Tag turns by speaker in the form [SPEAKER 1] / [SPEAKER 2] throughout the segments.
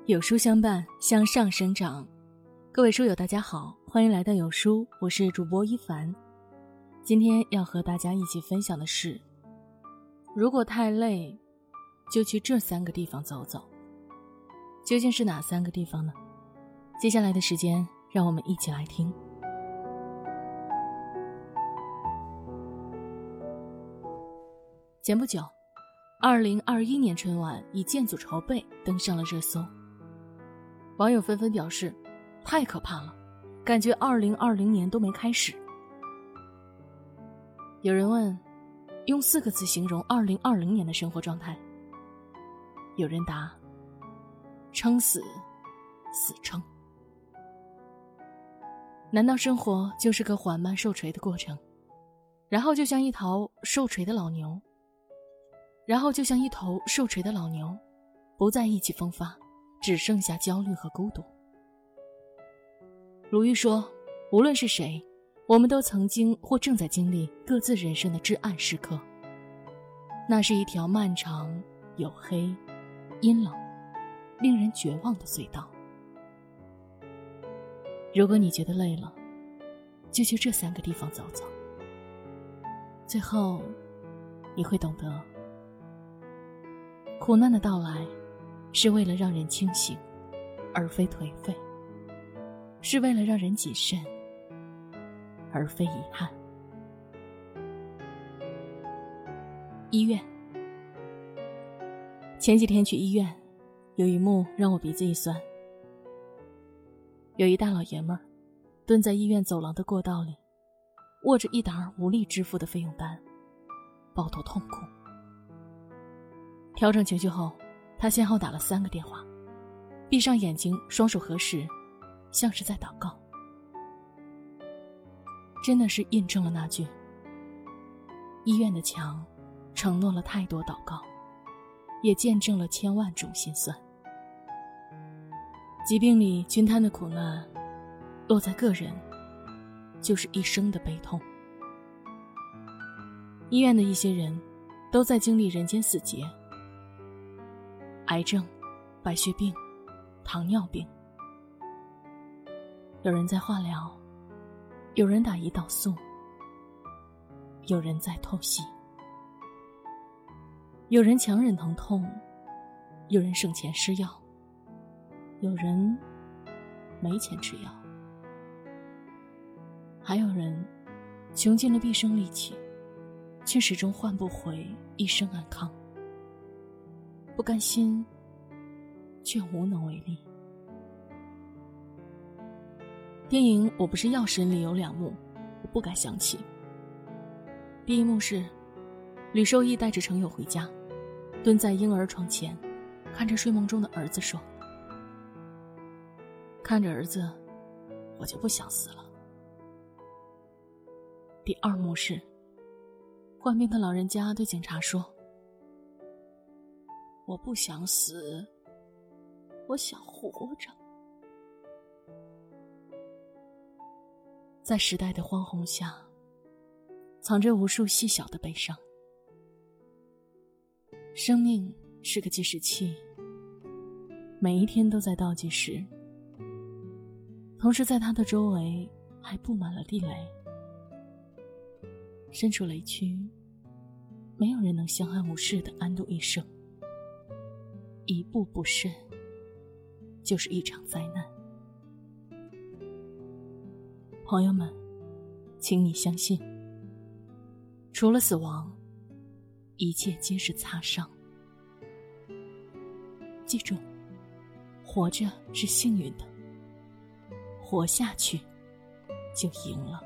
[SPEAKER 1] 有书相伴，向上生长。各位书友大家好，欢迎来到有书，我是主播一凡。今天要和大家一起分享的是，如果太累，就去这3个地方走走。究竟是哪3个地方呢？接下来的时间，让我们一起来听。前不久，2021年春晚以建组筹备登上了热搜。网友纷纷表示，太可怕了，感觉2020年都没开始。有人问，用4个字形容2020年的生活状态。有人答，撑死，死撑。难道生活就是个缓慢受锤的过程？然后就像一头受锤的老牛，不再意气风发，只剩下焦虑和孤独。鲁豫说，无论是谁，我们都曾经或正在经历各自人生的至暗时刻。那是一条漫长、黝黑、阴冷、令人绝望的隧道。如果你觉得累了，就去这3个地方走走。最后，你会懂得，苦难的到来是为了让人清醒，而非颓废；是为了让人谨慎，而非遗憾。医院。前几天去医院，有一幕让我鼻子一酸。有一大老爷们儿蹲在医院走廊的过道里，握着一沓无力支付的费用单，抱头痛哭。调整情绪后，他先后打了3个电话，闭上眼睛，双手合十，像是在祷告。真的是印证了那句，医院的墙承诺了太多祷告，也见证了千万种心酸。疾病里均摊的苦难，落在个人，就是一生的悲痛。医院的一些人都在经历人间4劫：癌症、白血病、糖尿病。有人在化疗，有人打胰岛素，有人在透析，有人强忍疼痛，有人省钱吃药，有人没钱吃药，还有人穷尽了毕生力气，却始终换不回一生安康。不甘心，却无能为力。电影《我不是药神》里有2幕，我不敢想起。第一幕是吕受益带着程友回家，蹲在婴儿床前，看着睡梦中的儿子说，看着儿子，我就不想死了。第2幕是患病的老人家对警察说，我不想死，我想活着。在时代的慌红下，藏着无数细小的悲伤。生命是个计时器，每一天都在倒计时，同时在它的周围还布满了地雷。身处雷区，没有人能相安无事地安度一生，一步不慎就是一场灾难。朋友们，请你相信，除了死亡，一切皆是擦伤。记住，活着是幸运的，活下去就赢了。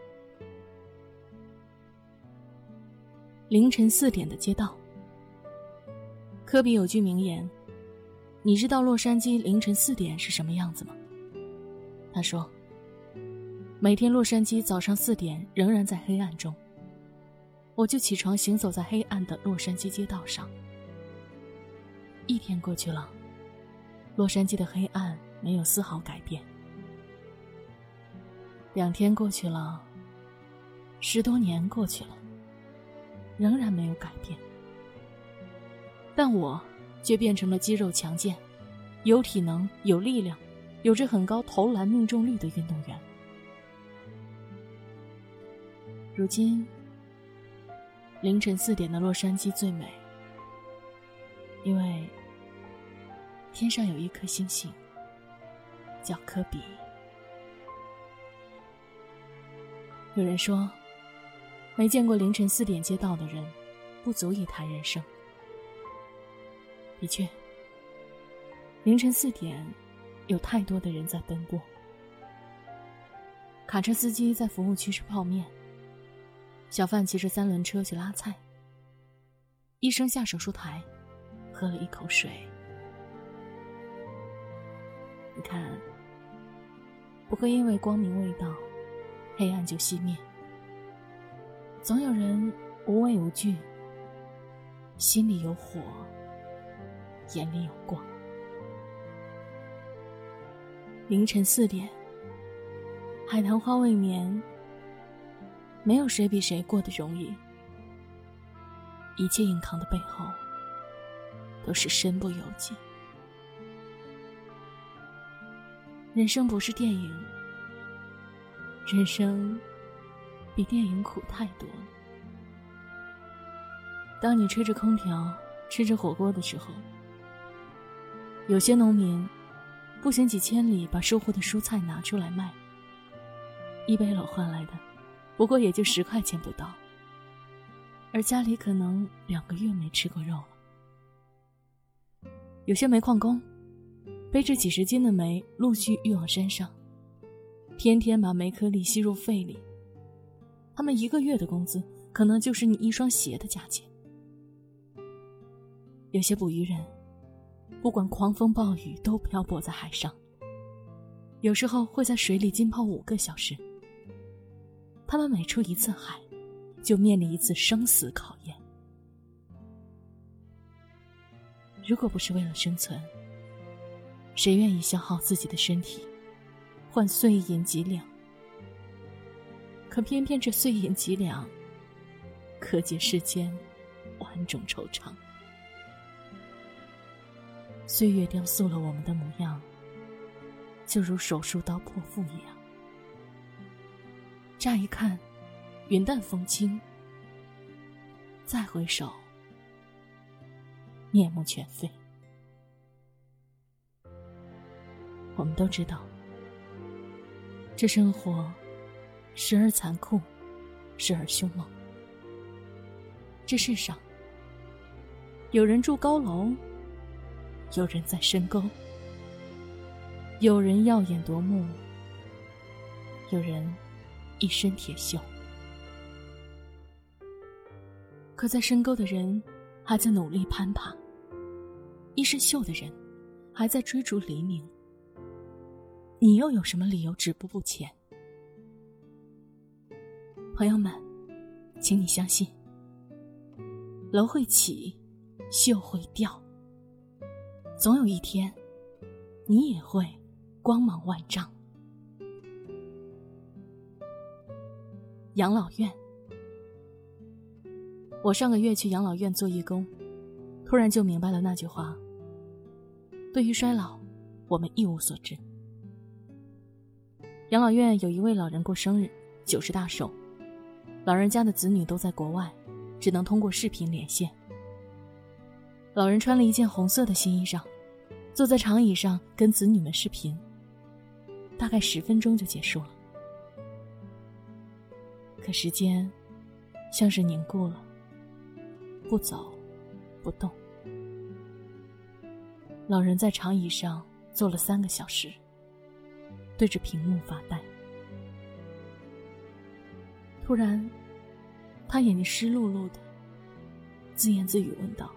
[SPEAKER 1] 凌晨4点的街道。科比有句名言，你知道洛杉矶凌晨4点是什么样子吗？他说，每天洛杉矶早上4点仍然在黑暗中，我就起床行走在黑暗的洛杉矶街道上。1天过去了，洛杉矶的黑暗没有丝毫改变。2天过去了，10多年过去了，仍然没有改变。但我却变成了肌肉强健、 有体能、有力量、有着很高投篮命中率的运动员。如今，凌晨4点的洛杉矶最美，因为天上有一颗星星，叫科比。有人说，没见过凌晨4点街道的人，不足以谈人生。的确，凌晨4点，有太多的人在奔波。卡车司机在服务区吃泡面，小贩骑着3轮车去拉菜，医生下手术台，喝了一口水。你看，不会因为光明未到，黑暗就熄灭。总有人无畏无惧，心里有火，眼里有光。凌晨4点，海棠花未眠，没有谁比谁过得容易。一切硬扛的背后，都是身不由己。人生不是电影，人生比电影苦太多了。当你吹着空调，吃着火锅的时候，有些农民步行几千里把收获的蔬菜拿出来卖，一杯篓换来的不过也就10块钱不到，而家里可能2个月没吃过肉了。有些煤矿工背着几10斤的煤陆续运往山上，天天把煤颗粒吸入肺里，他们1个月的工资可能就是你一双鞋的价钱。有些捕鱼人不管狂风暴雨都漂泊在海上，有时候会在水里浸泡5个小时。他们每出一次海，就面临一次生死考验。如果不是为了生存，谁愿意消耗自己的身体换碎银几两？可偏偏这碎银几两，可解世间万种惆怅。岁月雕塑了我们的模样，就如手术刀破腹一样。乍一看，云淡风轻，再回首，面目全非。我们都知道，这生活时而残酷，时而凶猛。这世上，有人住高楼，有人在深沟，有人耀眼夺目，有人一身铁锈。可在深沟的人还在努力攀爬，一身锈的人还在追逐黎明。你又有什么理由止步不前？朋友们，请你相信，楼会起，锈会掉，总有一天，你也会光芒万丈。养老院，我上个月去养老院做义工，突然就明白了那句话：对于衰老，我们一无所知。养老院有一位老人过生日，90大寿，老人家的子女都在国外，只能通过视频连线。老人穿了一件红色的新衣裳，坐在长椅上跟子女们视频，大概10分钟就结束了。可时间像是凝固了，不走不动。老人在长椅上坐了3个小时，对着屏幕发呆。突然，他眼睛湿漉漉的，自言自语问道：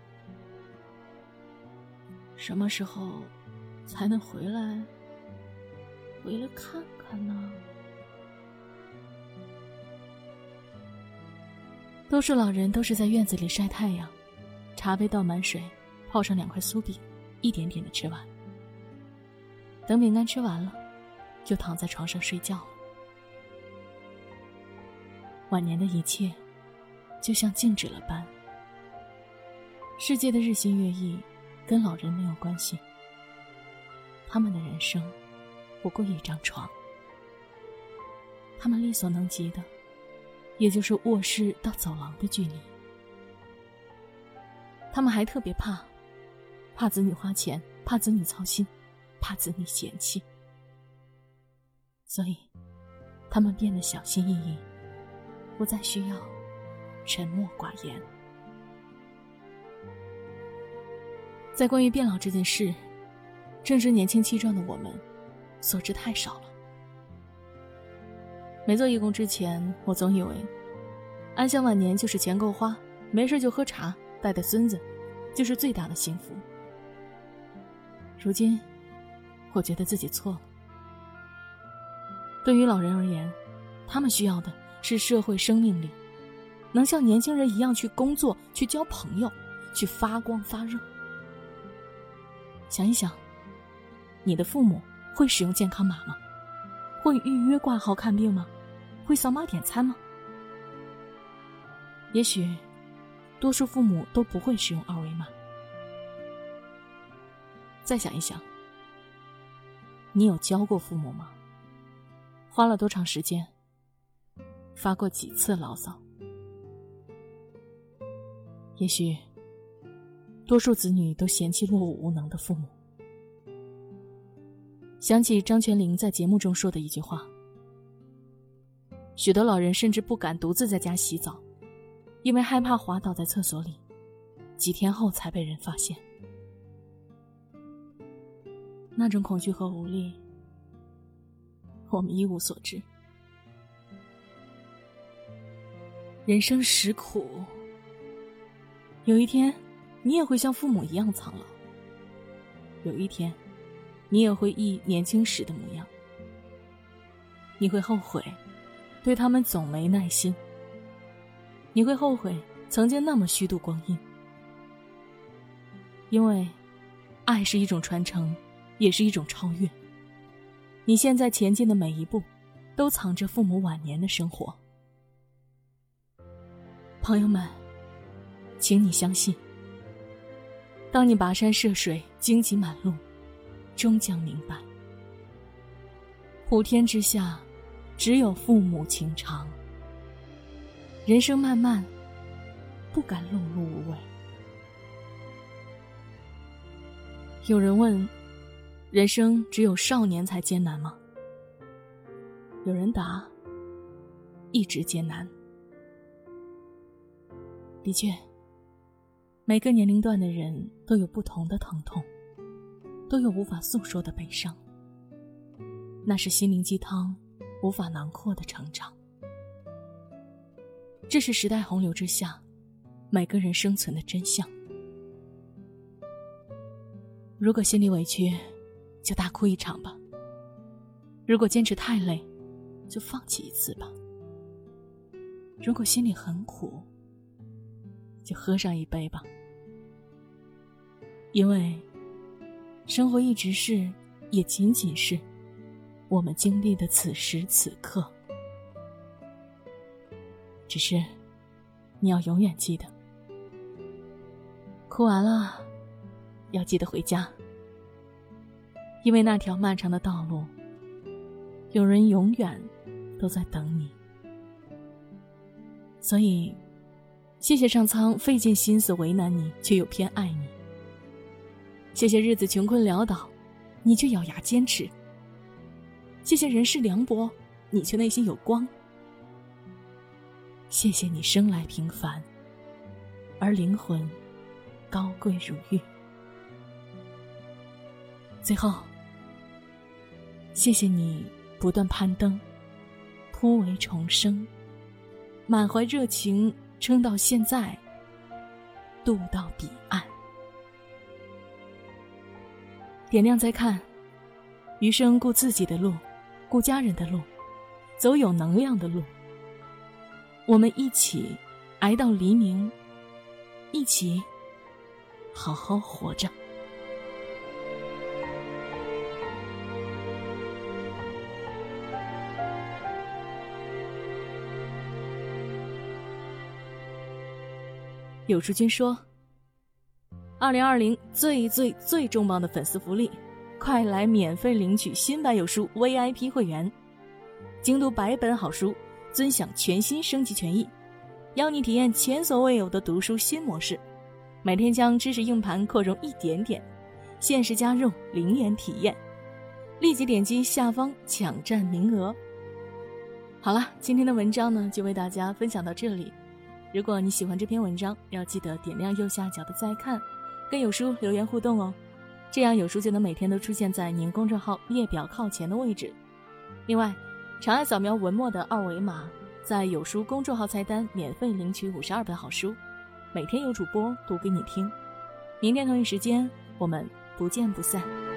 [SPEAKER 1] 什么时候才能回来看看呢？多数老人都是在院子里晒太阳，茶杯倒满水，泡上2块酥饼，一点点的吃完。等饼干吃完了，就躺在床上睡觉了。晚年的一切就像静止了般，世界的日新月异跟老人没有关系， 他们的人生不过一张床，他们力所能及的也就是卧室到走廊的距离。他们还特别怕子女花钱，怕子女操心，怕子女嫌弃，所以他们变得小心翼翼，不再需要沉默寡言。在关于变老这件事，正值年轻气壮的我们所知太少了。没做义工之前，我总以为安享晚年就是钱够花，没事就喝茶，带带孙子，就是最大的幸福。如今我觉得自己错了。对于老人而言，他们需要的是社会生命力，能像年轻人一样去工作，去交朋友，去发光发热。想一想，你的父母会使用健康码吗？会预约挂号看病吗？会扫码点餐吗？也许多数父母都不会使用二维码。再想一想，你有教过父母吗？花了多长时间？发过几次牢骚？也许多数子女都嫌弃落伍无能的父母。想起张泉灵在节目中说的一句话，许多老人甚至不敢独自在家洗澡，因为害怕滑倒在厕所里，几天后才被人发现。那种恐惧和无力，我们一无所知。人生实苦，有一天你也会像父母一样苍老，有一天你也会忆年轻时的模样。你会后悔对他们总没耐心，你会后悔曾经那么虚度光阴。因为爱是一种传承，也是一种超越。你现在前进的每一步都藏着父母晚年的生活。朋友们，请你相信，当你跋山涉水，荆棘满路，终将明白，普天之下只有父母情长。人生漫漫，不敢碌碌无为。有人问，人生只有少年才艰难吗？有人答，一直艰难。的确，每个年龄段的人都有不同的疼痛，都有无法诉说的悲伤，那是心灵鸡汤无法囊括的成长。这是时代洪流之下每个人生存的真相。如果心里委屈，就大哭一场吧；如果坚持太累，就放弃一次吧；如果心里很苦，就喝上一杯吧。因为生活一直是，也仅仅是我们经历的此时此刻。只是你要永远记得，哭完了要记得回家，因为那条漫长的道路，有人永远都在等你。所以谢谢上苍费尽心思为难你，却又偏爱你。谢谢日子穷困潦倒，你却咬牙坚持。谢谢人世凉薄，你却内心有光。谢谢你生来平凡，而灵魂高贵如玉。最后，谢谢你不断攀登，突围重生，满怀热情撑到现在，渡到彼岸。点亮再看，余生顾自己的路，顾家人的路，走有能量的路。我们一起挨到黎明，一起好好活着。有书君说，2020最重磅的粉丝福利， 快来免费领取新百有书 VIP 会员，精读100本好书，尊享全新升级权益，邀你体验前所未有的读书新模式。每天将知识硬盘扩容一点点，限时加入0元体验，立即点击下方抢占名额。好了，今天的文章呢就为大家分享到这里。如果你喜欢这篇文章，要记得点亮右下角的再看，跟有书留言互动哦，这样有书就能每天都出现在您公众号列表靠前的位置。另外，长按扫描文末的2维码，在有书公众号菜单免费领取52本好书，每天有主播读给你听。明天同一时间，我们不见不散。